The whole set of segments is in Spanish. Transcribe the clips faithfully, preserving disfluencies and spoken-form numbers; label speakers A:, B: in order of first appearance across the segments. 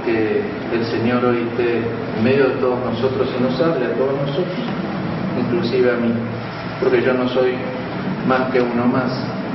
A: que el Señor hoy esté en medio de todos nosotros y nos hable a todos nosotros, inclusive a mí, porque yo no soy más que uno más.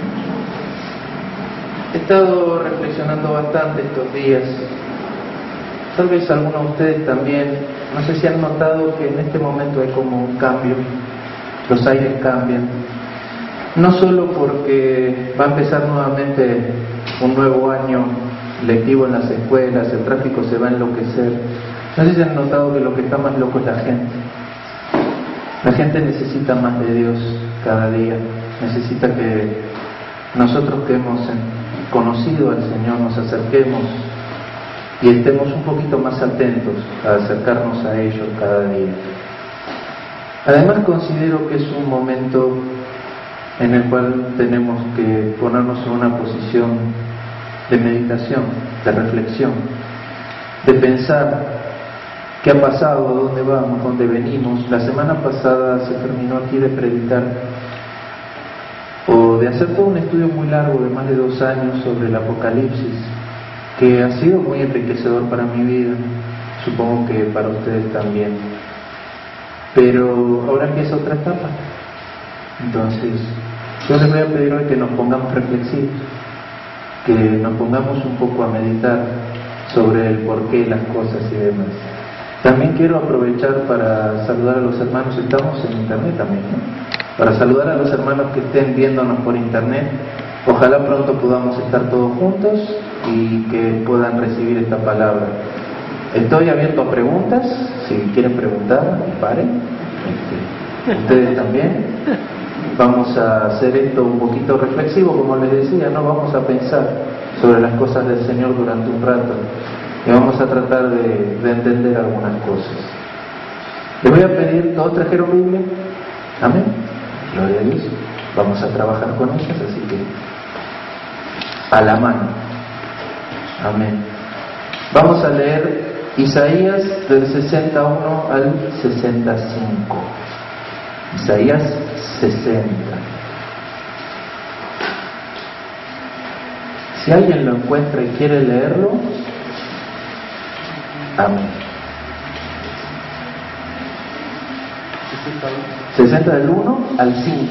A: He estado reflexionando bastante estos días. Tal vez algunos de ustedes también, no sé si han notado que en este momento hay como un cambio, los aires cambian. No solo porque va a empezar nuevamente un nuevo año lectivo en las escuelas, el tráfico se va a enloquecer. No sé si han notado que lo que está más loco es la gente. La gente necesita más de Dios cada día, necesita que nosotros que hemos conocido al Señor nos acerquemos y estemos un poquito más atentos a acercarnos a ellos cada día. Además considero que es un momento en el cual tenemos que ponernos en una posición de meditación, de reflexión, de pensar qué ha pasado, dónde vamos, dónde venimos. La semana pasada se terminó aquí de predicar o de hacer todo un estudio muy largo de más de dos años sobre el Apocalipsis, que ha sido muy enriquecedor para mi vida, supongo que para ustedes también. Pero ahora empieza otra etapa. Entonces, yo les voy a pedir hoy que nos pongamos reflexivos, que nos pongamos un poco a meditar sobre el porqué, las cosas y demás. También quiero aprovechar para saludar a los hermanos, estamos en internet también, ¿no? Para saludar a los hermanos que estén viéndonos por internet. Ojalá pronto podamos estar todos juntos y que puedan recibir esta palabra. Estoy abierto a preguntas, si quieren preguntar, paren. Este, ustedes también. Vamos a hacer esto un poquito reflexivo, como les decía, no vamos a pensar sobre las cosas del Señor durante un rato y vamos a tratar de, de entender algunas cosas. Les voy a pedir, ¿todos trajeron Biblia? Amén. Gloria a Dios. Vamos a trabajar con ellas, así que a la mano. Amén. Vamos a leer Isaías del sesenta y uno al sesenta y cinco. Isaías sesenta. Si alguien lo encuentra y quiere leerlo, amén. sesenta del uno al cinco.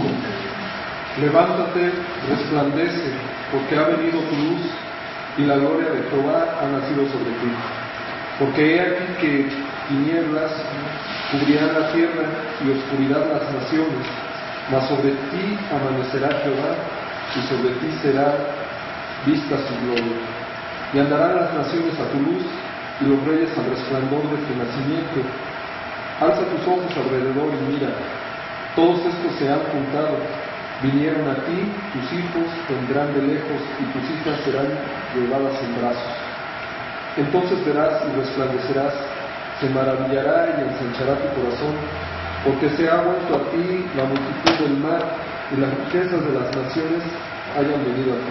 B: Levántate, resplandece, porque ha venido tu luz y la gloria de Jehová ha nacido sobre ti. Porque he aquí que tinieblas cubrirán la tierra y oscuridad las naciones, mas sobre ti amanecerá Jehová y sobre ti será vista su gloria. Y andarán las naciones a tu luz y los reyes al resplandor de tu nacimiento. Alza tus ojos alrededor y mira, todos estos se han juntado, vinieron a ti, tus hijos vendrán de lejos y tus hijas serán llevadas en brazos. Entonces verás y resplandecerás, se maravillará y ensanchará tu corazón, porque se ha vuelto a ti la multitud del mar y las riquezas de las naciones hayan venido a ti.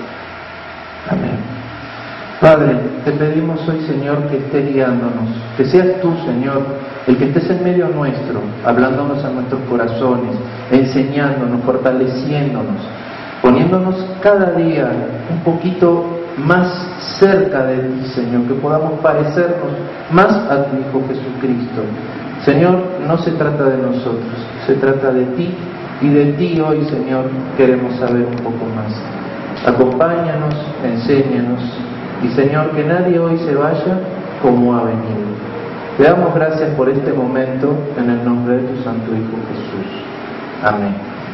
A: Amén. Padre, te pedimos hoy, Señor, que estés guiándonos, que seas tú, Señor, el que estés en medio nuestro, hablándonos a nuestros corazones, enseñándonos, fortaleciéndonos, poniéndonos cada día un poquito más cerca de ti, Señor, que podamos parecernos más a tu Hijo Jesucristo. Señor, no se trata de nosotros, se trata de ti, y de ti hoy, Señor, queremos saber un poco más. Acompáñanos, enséñanos, y Señor, que nadie hoy se vaya como ha venido. Te damos gracias por este momento en el nombre de tu Santo Hijo Jesús. Amén.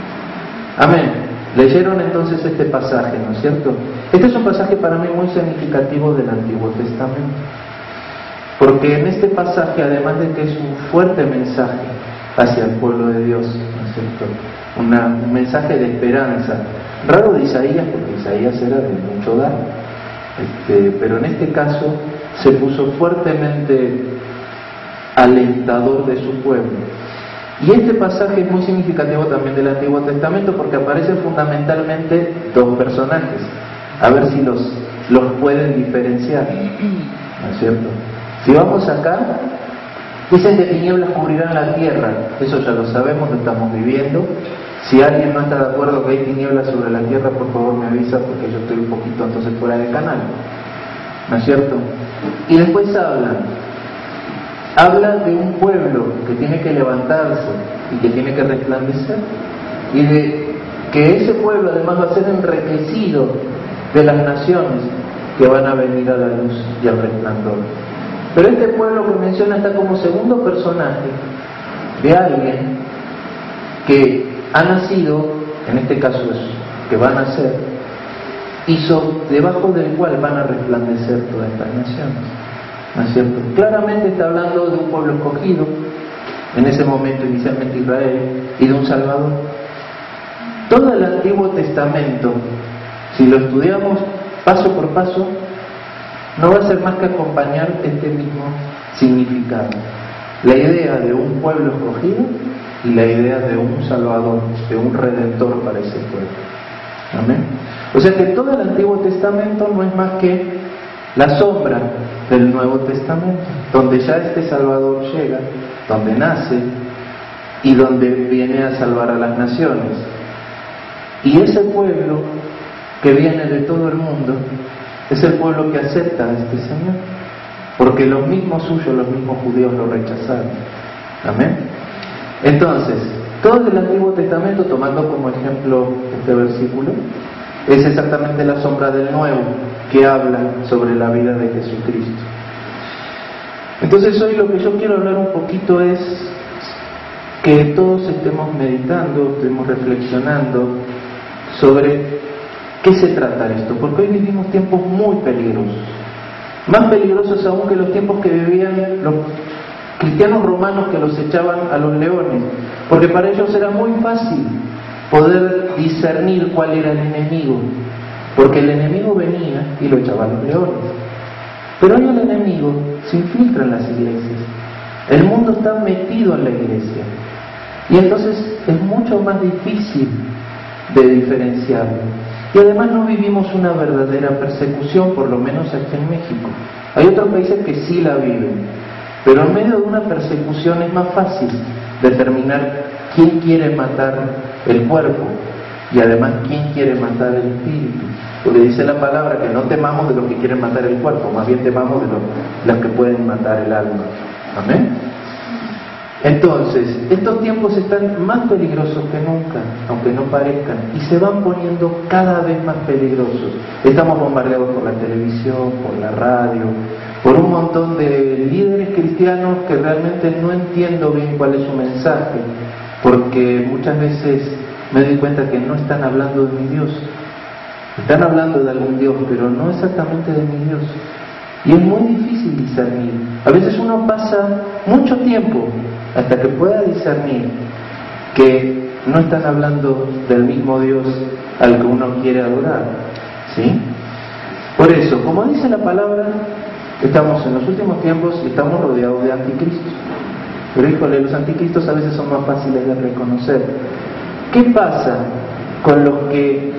A: Amén. Leyeron entonces este pasaje, ¿no es cierto? Este es un pasaje para mí muy significativo del Antiguo Testamento, porque en este pasaje, además de que es un fuerte mensaje hacia el pueblo de Dios, ¿no es cierto? Una, un mensaje de esperanza, raro de Isaías, porque Isaías era de mucho dar, este, pero en este caso se puso fuertemente alentador de su pueblo. Y este pasaje es muy significativo también del Antiguo Testamento porque aparecen fundamentalmente dos personajes. A ver si los, los pueden diferenciar, ¿no es cierto? Si vamos acá, dicen que tinieblas cubrirán la tierra. Eso ya lo sabemos, lo estamos viviendo. Si alguien no está de acuerdo que hay tinieblas sobre la tierra, por favor me avisa porque yo estoy un poquito entonces fuera de canal, ¿no es cierto? Y después habla, habla de un pueblo que tiene que levantarse y que tiene que resplandecer, y de que ese pueblo además va a ser enriquecido de las naciones que van a venir a la luz y al resplandor. Pero este pueblo que menciona está como segundo personaje de alguien que ha nacido, en este caso es que va a nacer, y so, debajo del cual van a resplandecer todas estas naciones. ¿No es cierto? Claramente está hablando de un pueblo escogido, en ese momento inicialmente Israel, y de un Salvador. Todo el Antiguo Testamento, si lo estudiamos paso por paso, no va a ser más que acompañar este mismo significado. La idea de un pueblo escogido y la idea de un Salvador, de un Redentor para ese pueblo. Amén. O sea que todo el Antiguo Testamento no es más que la sombra del Nuevo Testamento, donde ya este Salvador llega, donde nace y donde viene a salvar a las naciones. Y ese pueblo que viene de todo el mundo es el pueblo que acepta a este Señor, porque los mismos suyos, los mismos judíos lo rechazaron. Amén. Entonces, todo el Antiguo Testamento, tomando como ejemplo este versículo, es exactamente la sombra del Nuevo que habla sobre la vida de Jesucristo. Entonces hoy lo que yo quiero hablar un poquito es que todos estemos meditando, estemos reflexionando sobre qué se trata esto, porque hoy vivimos tiempos muy peligrosos, más peligrosos aún que los tiempos que vivían los cristianos romanos, que los echaban a los leones, porque para ellos era muy fácil poder discernir cuál era el enemigo, porque el enemigo venía y lo echaba a los leones. Pero hoy el enemigo se infiltra en las iglesias, el mundo está metido en la iglesia, y entonces es mucho más difícil de diferenciarlo. Y además no vivimos una verdadera persecución, por lo menos aquí en México. Hay otros países que sí la viven, pero en medio de una persecución es más fácil determinar quién quiere matar el cuerpo y además quién quiere matar el espíritu. Porque dice la palabra que no temamos de los que quieren matar el cuerpo, más bien temamos de los, los que pueden matar el alma. Amén. Entonces, estos tiempos están más peligrosos que nunca, aunque no parezcan, y se van poniendo cada vez más peligrosos. Estamos bombardeados por la televisión, por la radio, por un montón de líderes cristianos que realmente no entiendo bien cuál es su mensaje, porque muchas veces me doy cuenta que no están hablando de mi Dios. Están hablando de algún Dios, pero no exactamente de mi Dios. Y es muy difícil discernir. A veces uno pasa mucho tiempo hasta que pueda discernir que no están hablando del mismo Dios al que uno quiere adorar. ¿Sí? Por eso, como dice la palabra, estamos en los últimos tiempos y estamos rodeados de anticristos. Pero híjole, los anticristos a veces son más fáciles de reconocer. ¿Qué pasa con los que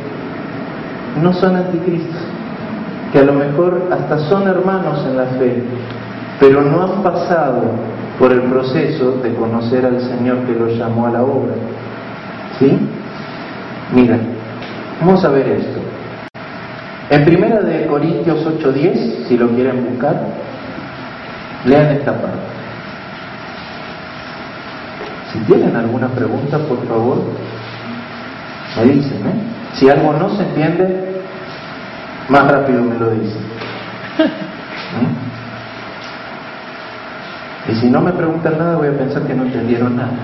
A: no son anticristos? Que a lo mejor hasta son hermanos en la fe, pero no han pasado por el proceso de conocer al Señor que los llamó a la obra. ¿Sí? Mira, vamos a ver esto. En primera de Corintios ocho diez, si lo quieren buscar, lean esta parte. Si tienen alguna pregunta, por favor, me dicen, ¿eh? Si algo no se entiende, más rápido me lo dicen. ¿Mm? Y si no me preguntan nada, voy a pensar que no entendieron nada.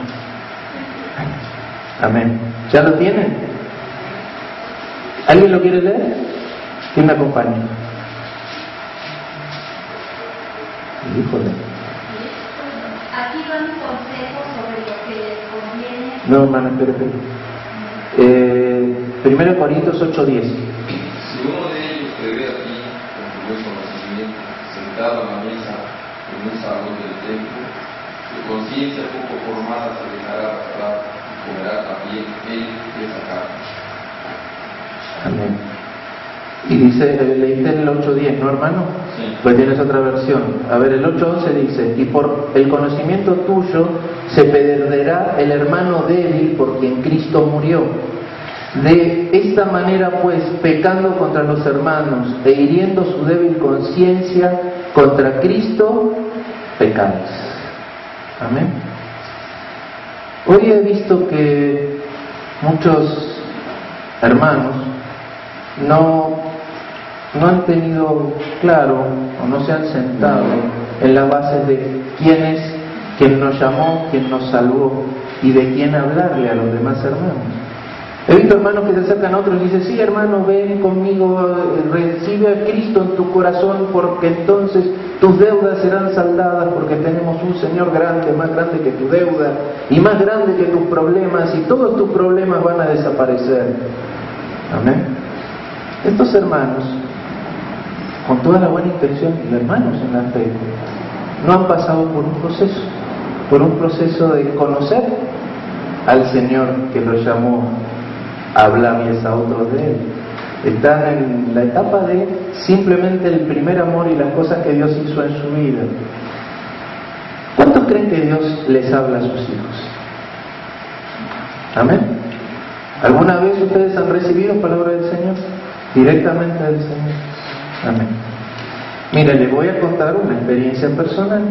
A: Amén. ¿Ya lo tienen? ¿Alguien lo quiere leer? ¿Quién me acompaña? Híjole.
C: Aquí van consejos sobre lo que les conviene.
A: No, hermano, espera, espera. Eh, primero Corintios ocho diez.
D: Si uno de ellos te ve a ti con tu buen conocimiento, sentado a la mesa en un salón del templo, tu conciencia poco formada se dejará arrastrar y comerá también él de esa carne.
A: Amén. Y dice, leíste el ocho diez, ¿no, hermano?
D: Sí.
A: Pues tienes otra versión. A ver, el ocho once dice, y por el conocimiento tuyo se perderá el hermano débil por quien Cristo murió. De esta manera, pues, pecando contra los hermanos e hiriendo su débil conciencia, contra Cristo pecáis. Amén. Hoy he visto que muchos hermanos no, no han tenido claro o no se han sentado en la base de quién es, quién nos llamó, quién nos salvó y de quién hablarle a los demás hermanos. He visto hermanos que se acercan a otros y dicen, sí hermano, ven conmigo, recibe a Cristo en tu corazón porque entonces tus deudas serán saldadas porque tenemos un Señor grande, más grande que tu deuda y más grande que tus problemas y todos tus problemas van a desaparecer. Amén. Estos hermanos, con toda la buena intención, hermanos en la fe, no han pasado por un proceso, por un proceso de conocer al Señor que los llamó a hablarles a otros de Él. Están en la etapa de simplemente el primer amor y las cosas que Dios hizo en su vida. ¿Cuántos creen que Dios les habla a sus hijos? Amén. ¿Alguna vez ustedes han recibido palabra del Señor? Directamente del Señor. Amén. Mire, les voy a contar una experiencia personal.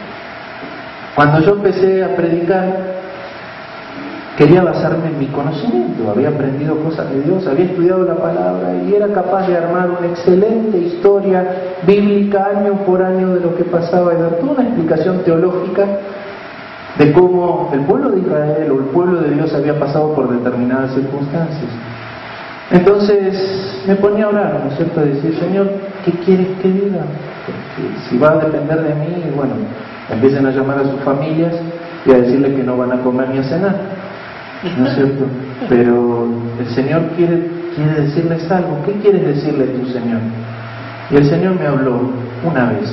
A: Cuando yo empecé a predicar, quería basarme en mi conocimiento, había aprendido cosas de Dios, había estudiado la palabra y era capaz de armar una excelente historia bíblica año por año de lo que pasaba y dar toda una explicación teológica de cómo el pueblo de Israel o el pueblo de Dios había pasado por determinadas circunstancias. Entonces me ponía a orar, ¿no es cierto? A decir, Señor, ¿qué quieres que diga? Porque si va a depender de mí, bueno, empiecen a llamar a sus familias y a decirles que no van a comer ni a cenar, ¿no es cierto? Pero el Señor quiere, quiere decirles algo. ¿Qué quieres decirle tú, Señor? Y el Señor me habló una vez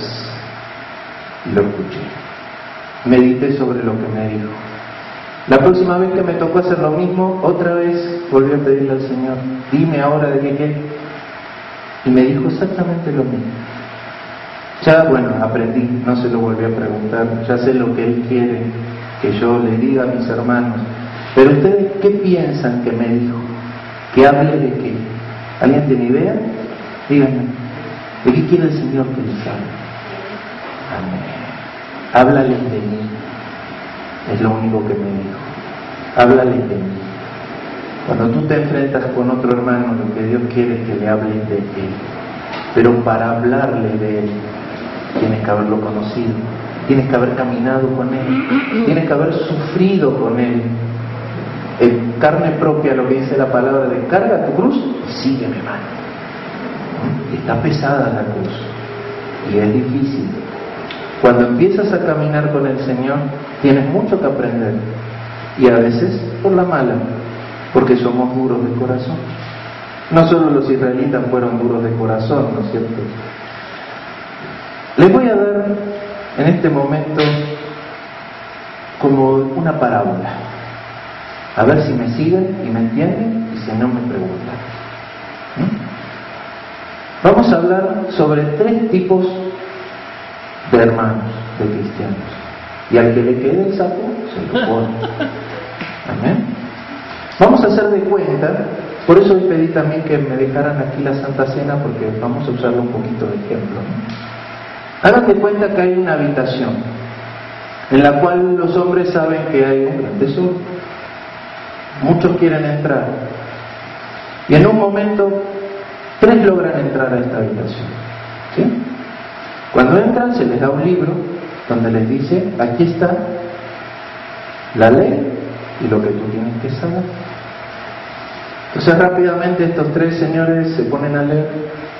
A: y lo escuché. Medité sobre lo que me dijo. La próxima vez que me tocó hacer lo mismo, otra vez volví a pedirle al Señor, dime ahora de qué qué. Y me dijo exactamente lo mismo. Ya, bueno, aprendí, no se lo volví a preguntar, ya sé lo que Él quiere que yo le diga a mis hermanos. Pero ustedes, ¿qué piensan que me dijo? ¿Que hable de qué? ¿Alguien tiene idea? Díganme, ¿de qué quiere el Señor que les hable? Amén. Háblales de mí. Es lo único que me dijo. Háblales de mí. Cuando tú te enfrentas con otro hermano, lo que Dios quiere es que le hables de Él. Pero para hablarle de Él, tienes que haberlo conocido. Tienes que haber caminado con Él. Tienes que haber sufrido con Él. En carne propia, lo que dice la palabra de carga tu cruz y sígueme, hermano. Está pesada la cruz y es difícil. Cuando empiezas a caminar con el Señor, tienes mucho que aprender. Y a veces por la mala, porque somos duros de corazón. No solo los israelitas fueron duros de corazón, ¿no es cierto? Les voy a dar en este momento como una parábola. A ver si me siguen y me entienden y si no me preguntan. ¿Mm? Vamos a hablar sobre tres tipos de hermanos, de cristianos. Y al que le quede el saco, se lo pone. Amén. Vamos a hacer de cuenta, por eso hoy pedí también que me dejaran aquí la Santa Cena, porque vamos a usarlo un poquito de ejemplo, ¿no? Hagan de cuenta que hay una habitación en la cual los hombres saben que hay un gran tesoro. Muchos quieren entrar. Y en un momento, tres logran entrar a esta habitación. ¿Sí? Cuando entran, se les da un libro donde les dice, aquí está la ley y lo que tú tienes que saber. Entonces rápidamente estos tres señores se ponen a leer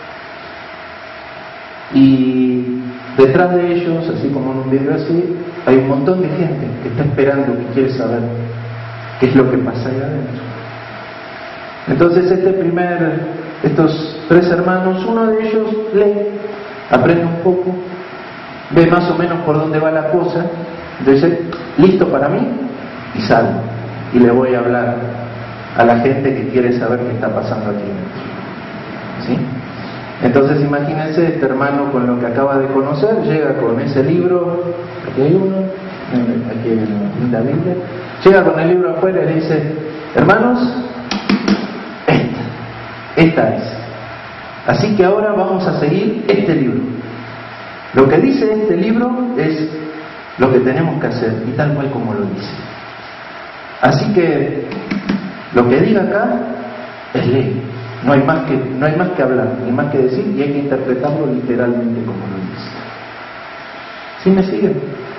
A: y detrás de ellos, así como en un video así, hay un montón de gente que está esperando, que quiere saber qué es lo que pasa ahí adentro. Entonces este primer, estos tres hermanos, uno de ellos lee, aprende un poco, ve más o menos por dónde va la cosa, entonces listo para mí y sale y le voy a hablar a la gente que quiere saber qué está pasando aquí dentro. ¿Sí? Entonces imagínense, este hermano con lo que acaba de conocer llega con ese libro, aquí hay uno, aquí hay la Biblia, llega con el libro afuera y le dice, hermanos, esta, esta es. Así que ahora vamos a seguir este libro. Lo que dice este libro es lo que tenemos que hacer, y tal cual como lo dice. Así que lo que diga acá es ley. No hay más que, no hay más que hablar, ni más que decir, y hay que interpretarlo literalmente como lo dice. ¿Sí me siguen?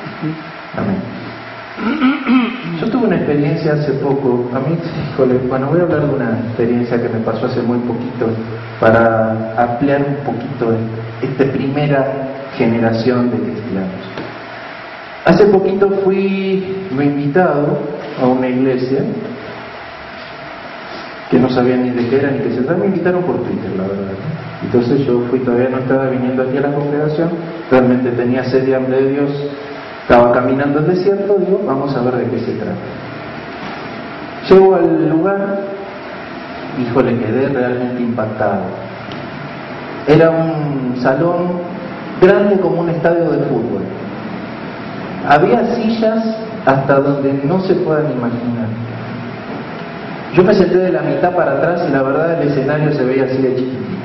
A: Amén. Yo tuve una experiencia hace poco, a mí, híjole, bueno, voy a hablar de una experiencia que me pasó hace muy poquito para ampliar un poquito esta primera generación de cristianos. Hace poquito fui invitado a una iglesia que no sabía ni de qué era ni qué se trataba, me invitaron por Twitter, la verdad. Entonces yo fui, todavía no estaba viniendo aquí a la congregación, realmente tenía sed y hambre de Dios, estaba caminando el desierto, digo, vamos a ver de qué se trata. Llego al lugar, híjole, quedé realmente impactado. Era un salón grande como un estadio de fútbol. Había sillas hasta donde no se puedan imaginar. Yo me senté de la mitad para atrás y la verdad el escenario se veía así de chiquitito.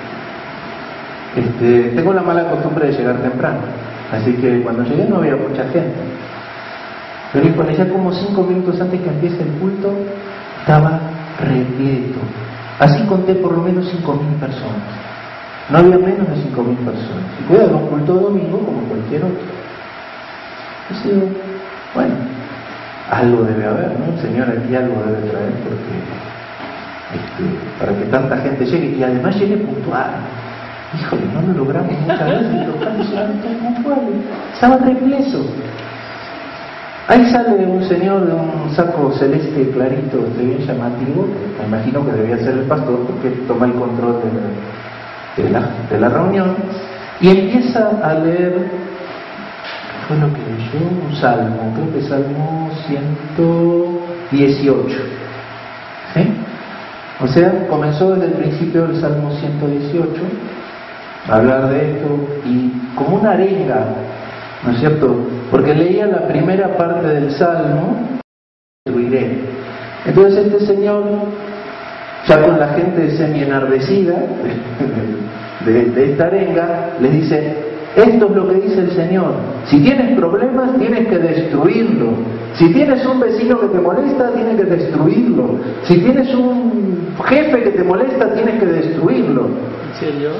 A: Este, tengo la mala costumbre de llegar temprano, así que cuando llegué no había mucha gente. Pero híjole, ya como cinco minutos antes que empiece el culto, estaba repleto. Así conté por lo menos cinco mil personas. No había menos de cinco mil personas. Y cuidado, un culto de domingo como cualquier otro. Así, bueno, algo debe haber, ¿no? El Señor aquí algo debe traer porque este, para que tanta gente llegue y además llegue puntual. Híjole, no lo logramos muchas veces y los cantos eran todos puntuales. Estaba repleto. Ahí sale un señor de un saco celeste clarito, este bien llamativo, que me imagino que debía ser el pastor porque toma el control de la, de la, de la reunión y empieza a leer. Fue lo que leyó un salmo, creo que Salmo ciento dieciocho. ¿Sí? O sea, comenzó desde el principio del Salmo ciento dieciocho a hablar de esto y como una arenga, ¿no es cierto? Porque leía la primera parte del Salmo, destruiré. Entonces este señor, ya con la gente semi-enardecida de, de, de esta arenga, les dice: esto es lo que dice el Señor. Si tienes problemas, tienes que destruirlo. Si tienes un vecino que te molesta, tienes que destruirlo. Si tienes un jefe que te molesta, tienes que destruirlo.
E: ¿En serio?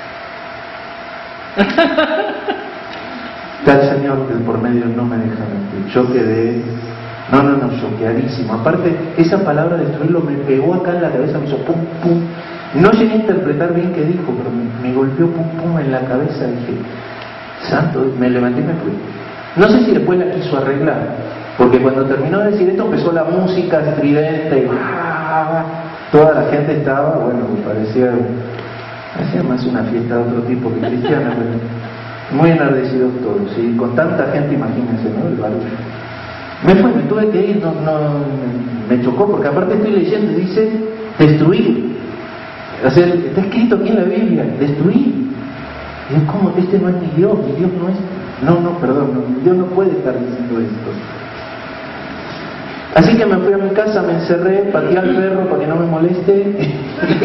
A: Está el Señor que por medio no me deja mentir. Yo quedé, no, no, no, choqueadísimo. Aparte, esa palabra destruirlo me pegó acá en la cabeza, me hizo pum, pum. No llegué a interpretar bien qué dijo, pero me, me golpeó pum, pum en la cabeza. Dije, santo, me levanté y me fui. No sé si después la quiso arreglar, porque cuando terminó de decir esto empezó la música estridente y ¡ah! Toda la gente estaba, bueno, parecía, parecía más una fiesta de otro tipo que cristiana, pero muy enardecidos todos, y con tanta gente, imagínense, ¿no? El barullo. Me fui, me tuve que ir, no, no, me chocó, porque aparte estoy leyendo y dice destruir. O sea, está escrito aquí en la Biblia, destruir. Y es como, este no es mi Dios, mi Dios no es... No, no, perdón, no, mi Dios no puede estar diciendo esto. Así que me fui a mi casa, me encerré, pateé al perro para que no me moleste.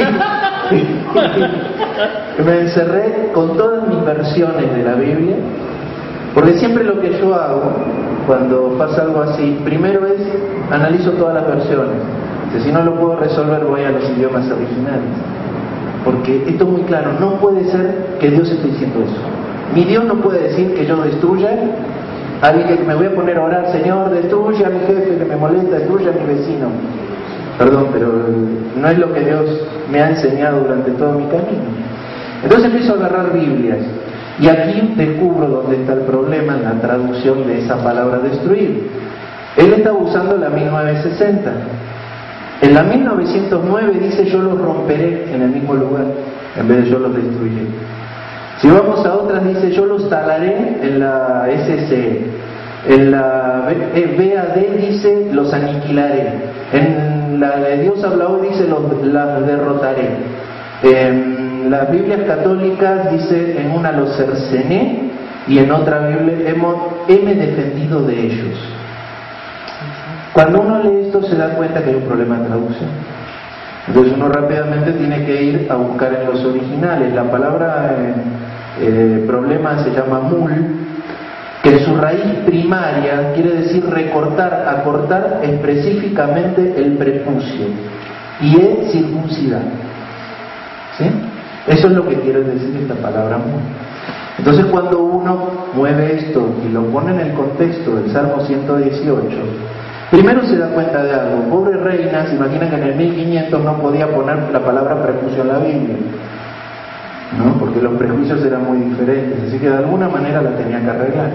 A: Me encerré con todas mis versiones de la Biblia, porque siempre lo que yo hago cuando pasa algo así, primero es analizo todas las versiones. Si no lo puedo resolver, voy a los idiomas originales. Porque esto es muy claro, no puede ser que Dios esté diciendo eso. Mi Dios no puede decir que yo destruya, alguien que me voy a poner a orar, Señor, destruye a mi jefe que me molesta, destruye a mi vecino. Perdón, pero no es lo que Dios me ha enseñado durante todo mi camino. Entonces empiezo a agarrar Biblias, y aquí descubro dónde está el problema en la traducción de esa palabra destruir. Él está usando la mil novecientos sesenta. En la mil novecientos nueve dice yo los romperé en el mismo lugar, en vez de yo los destruiré. Si vamos a otras dice yo los talaré en la S C E. En la B A D dice los aniquilaré. En la de Dios habla hoy dice los las derrotaré. En las Biblias católicas dice en una los cercené y en otra Biblia hemos, heme defendido de ellos. Cuando uno lee esto se da cuenta que hay un problema de traducción. Entonces uno rápidamente tiene que ir a buscar en los originales. La palabra eh, problema se llama mul, que su raíz primaria quiere decir recortar, acortar específicamente el prepucio, y es circuncidar. ¿Sí? Eso es lo que quiere decir esta palabra mul. Entonces, cuando uno mueve esto y lo pone en el contexto del Salmo ciento dieciocho, primero se da cuenta de algo. Pobre reina, se imagina que en el mil quinientos no podía poner la palabra prepucio en la Biblia, ¿no? Porque los prejuicios eran muy diferentes, así que de alguna manera la tenía que arreglar.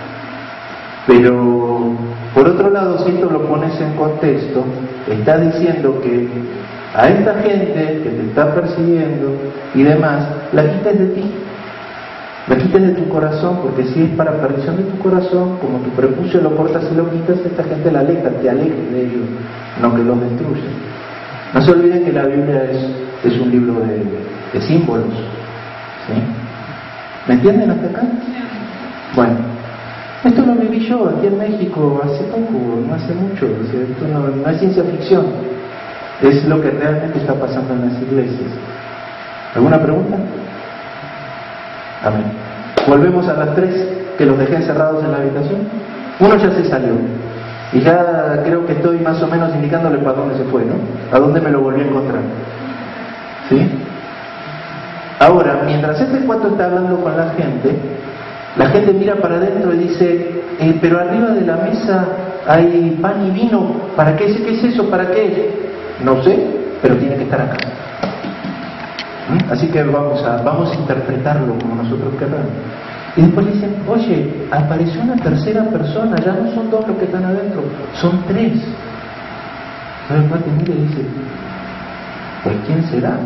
A: Pero, por otro lado, si esto lo pones en contexto, está diciendo que a esta gente que te está persiguiendo y demás, la quites de ti. La quites de tu corazón, porque si es para perdición de tu corazón, como tu prepucio lo cortas y lo quitas, esta gente la aleja, te alejes de ellos, no que los destruya. No se olviden que la Biblia es, es un libro de, de símbolos. ¿Sí? ¿Me entienden hasta acá? Bueno, esto lo viví yo aquí en México hace poco, no hace mucho. O sea, esto no, no es ciencia ficción, es lo que realmente está pasando en las iglesias. ¿Alguna pregunta? Amén. Volvemos a las tres que los dejé encerrados en la habitación. Uno ya se salió y ya creo que estoy más o menos indicándole para dónde se fue, ¿no? A dónde me lo volví a encontrar. ¿Sí? Ahora, mientras este cuatro está hablando con la gente, la gente mira para adentro y dice, eh, pero arriba de la mesa hay pan y vino, ¿para qué? ¿Qué es eso? ¿Para qué? No sé, pero tiene que estar acá. ¿Mm? Así que vamos a, vamos a interpretarlo como nosotros queramos. Y después dicen, oye, apareció una tercera persona, ya no son dos los que están adentro, son tres. ¿Sabes cuál te mira y dice, pues quién será?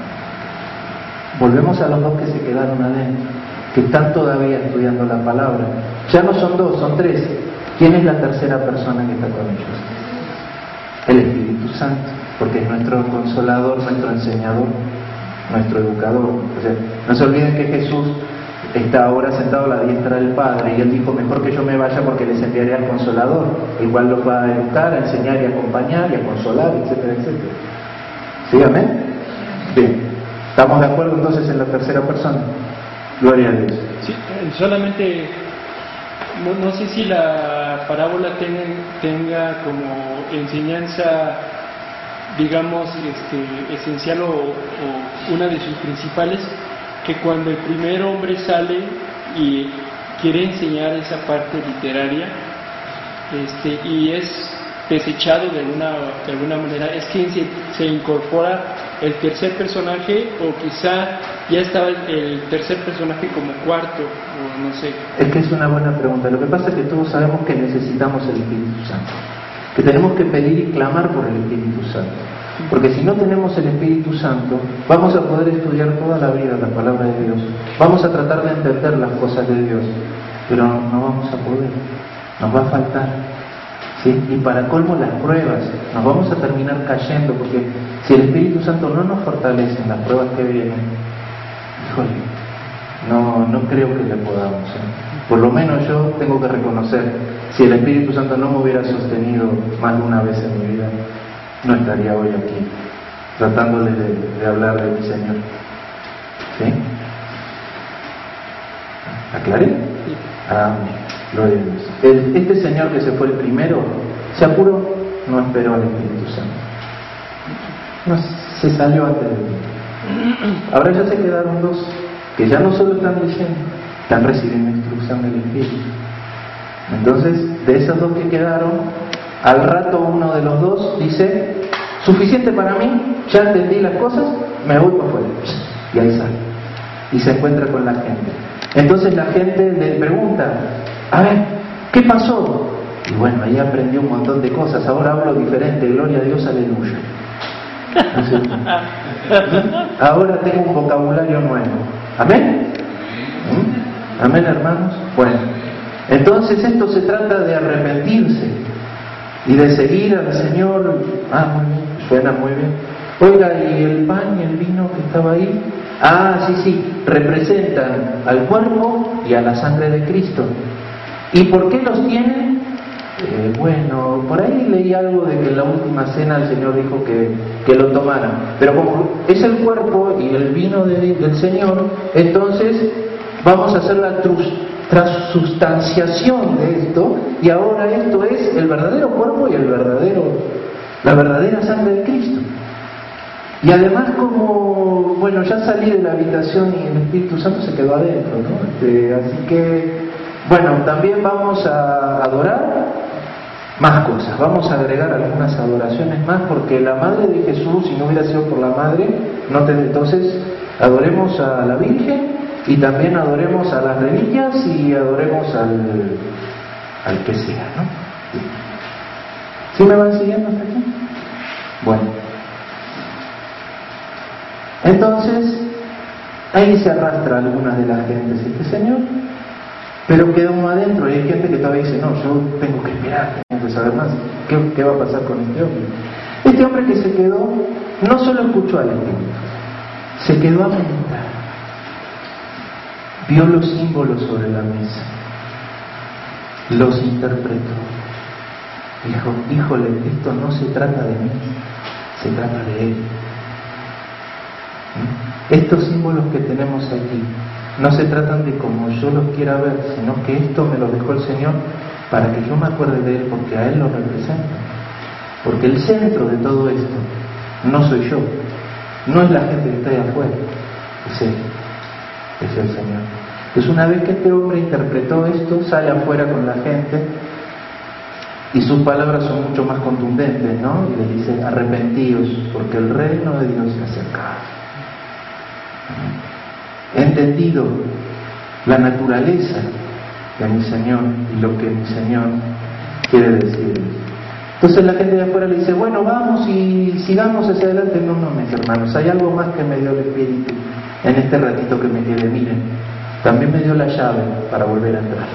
A: Volvemos a los dos que se quedaron adentro, que están todavía estudiando la palabra. Ya no son dos, son tres. ¿Quién es la tercera persona que está con ellos? El Espíritu Santo, porque es nuestro consolador, nuestro enseñador, nuestro educador. O sea, no se olviden que Jesús está ahora sentado a la diestra del Padre y Él dijo, mejor que yo me vaya porque les enviaré al Consolador, el cual los va a educar, a enseñar y a acompañar y a consolar, etcétera, etcétera. ¿Sí, amén? Bien. ¿Estamos de acuerdo entonces en la tercera persona? Gloria a Dios.
E: Sí, solamente, no, no sé si la parábola tenga, tenga como enseñanza, digamos, este, esencial o, o una de sus principales, que cuando el primer hombre sale y quiere enseñar esa parte literaria, este, y es desechado de alguna, de alguna manera, es que se, se incorpora el tercer personaje, o quizá ya estaba el, el tercer personaje como cuarto, o no sé.
A: Es que es una buena pregunta. Lo que pasa es que todos sabemos que necesitamos el Espíritu Santo, que tenemos que pedir y clamar por el Espíritu Santo, porque si no tenemos el Espíritu Santo, vamos a poder estudiar toda la vida la palabra de Dios, vamos a tratar de entender las cosas de Dios, pero no vamos a poder, nos va a faltar. ¿Sí? Y para colmo las pruebas, nos vamos a terminar cayendo, porque si el Espíritu Santo no nos fortalece en las pruebas que vienen, híjole, no, no creo que le podamos. ¿eh? Por lo menos yo tengo que reconocer, si el Espíritu Santo no me hubiera sostenido más de una vez en mi vida, no estaría hoy aquí, tratándole de, de hablar de mi Señor. ¿Sí? ¿Aclaré? Amén. Gloria a Dios. El, este señor que se fue el primero, se apuró, no esperó al Espíritu Santo. No, se salió antes de él. Ahora ya se quedaron dos, que ya no solo están diciendo, están recibiendo instrucción del Espíritu. Entonces, de esos dos que quedaron, al rato uno de los dos dice, suficiente para mí, ya entendí las cosas, me voy para afuera. Y ahí sale. Y se encuentra con la gente. Entonces la gente le pregunta, a ver, ¿qué pasó? Y bueno, ahí aprendió un montón de cosas, ahora hablo diferente, gloria a Dios, aleluya. Ahora tengo un vocabulario nuevo. ¿Amén? ¿Mm? ¿Amén, hermanos? Bueno, entonces esto se trata de arrepentirse y de seguir al Señor. Ah, muy bien, suena muy bien. Oiga, ¿y el pan y el vino que estaba ahí? Ah, sí, sí, representan al cuerpo y a la sangre de Cristo. ¿Y por qué los tienen? Eh, bueno, por ahí leí algo de que en la última cena el Señor dijo que, que lo tomaran. Pero como es el cuerpo y el vino de, del Señor, entonces Vamos a hacer la transustanciación de esto, y ahora esto es el verdadero cuerpo y el verdadero, la verdadera sangre de Cristo. Y además, como, bueno, ya salí de la habitación y el Espíritu Santo se quedó adentro, ¿no? Este, así que, bueno, también vamos a adorar más cosas, vamos a agregar algunas adoraciones más, porque la Madre de Jesús, si no hubiera sido por la Madre, no te, entonces adoremos a la Virgen, y también adoremos a las reliquias y adoremos al, al que sea, ¿no? ¿Sí me van siguiendo hasta aquí? Bueno. Entonces, ahí se arrastra algunas de las gentes, este señor, pero queda uno adentro, y hay gente que todavía dice, no, yo tengo que esperar, tengo que saber más, ¿qué, qué va a pasar con este hombre? Este hombre que se quedó, no solo escuchó al Espíritu, se quedó a meditar. Vio los símbolos sobre la mesa, los interpretó. Dijo, híjole, esto no se trata de mí, se trata de Él. Estos símbolos que tenemos aquí no se tratan de como yo los quiera ver, sino que esto me lo dejó el Señor para que yo me acuerde de Él, porque a Él lo representa. Porque el centro de todo esto no soy yo, no es la gente que está ahí afuera, es Él. Es el Señor. Entonces, una vez que este hombre interpretó esto, sale afuera con la gente y sus palabras son mucho más contundentes, ¿no? Y le dice, arrepentíos, porque el reino de Dios se ha acercado. He entendido la naturaleza de mi Señor y lo que mi Señor quiere decirles. Entonces la gente de afuera le dice, bueno, vamos y sigamos hacia adelante. No, no, mis hermanos, hay algo más que me dio el Espíritu en este ratito que me quedé. Miren, también me dio la llave para volver a entrar.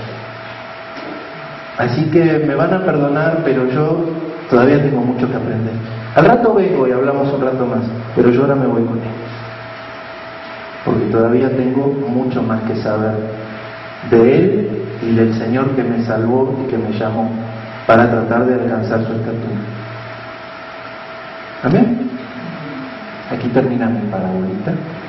A: Así que me van a perdonar, pero yo todavía tengo mucho que aprender. Al rato vengo y hablamos un rato más, pero yo ahora me voy con Él, porque todavía tengo mucho más que saber de Él y del Señor que me salvó y que me llamó para tratar de alcanzar su estatura. Amén. Aquí termina mi parabolita.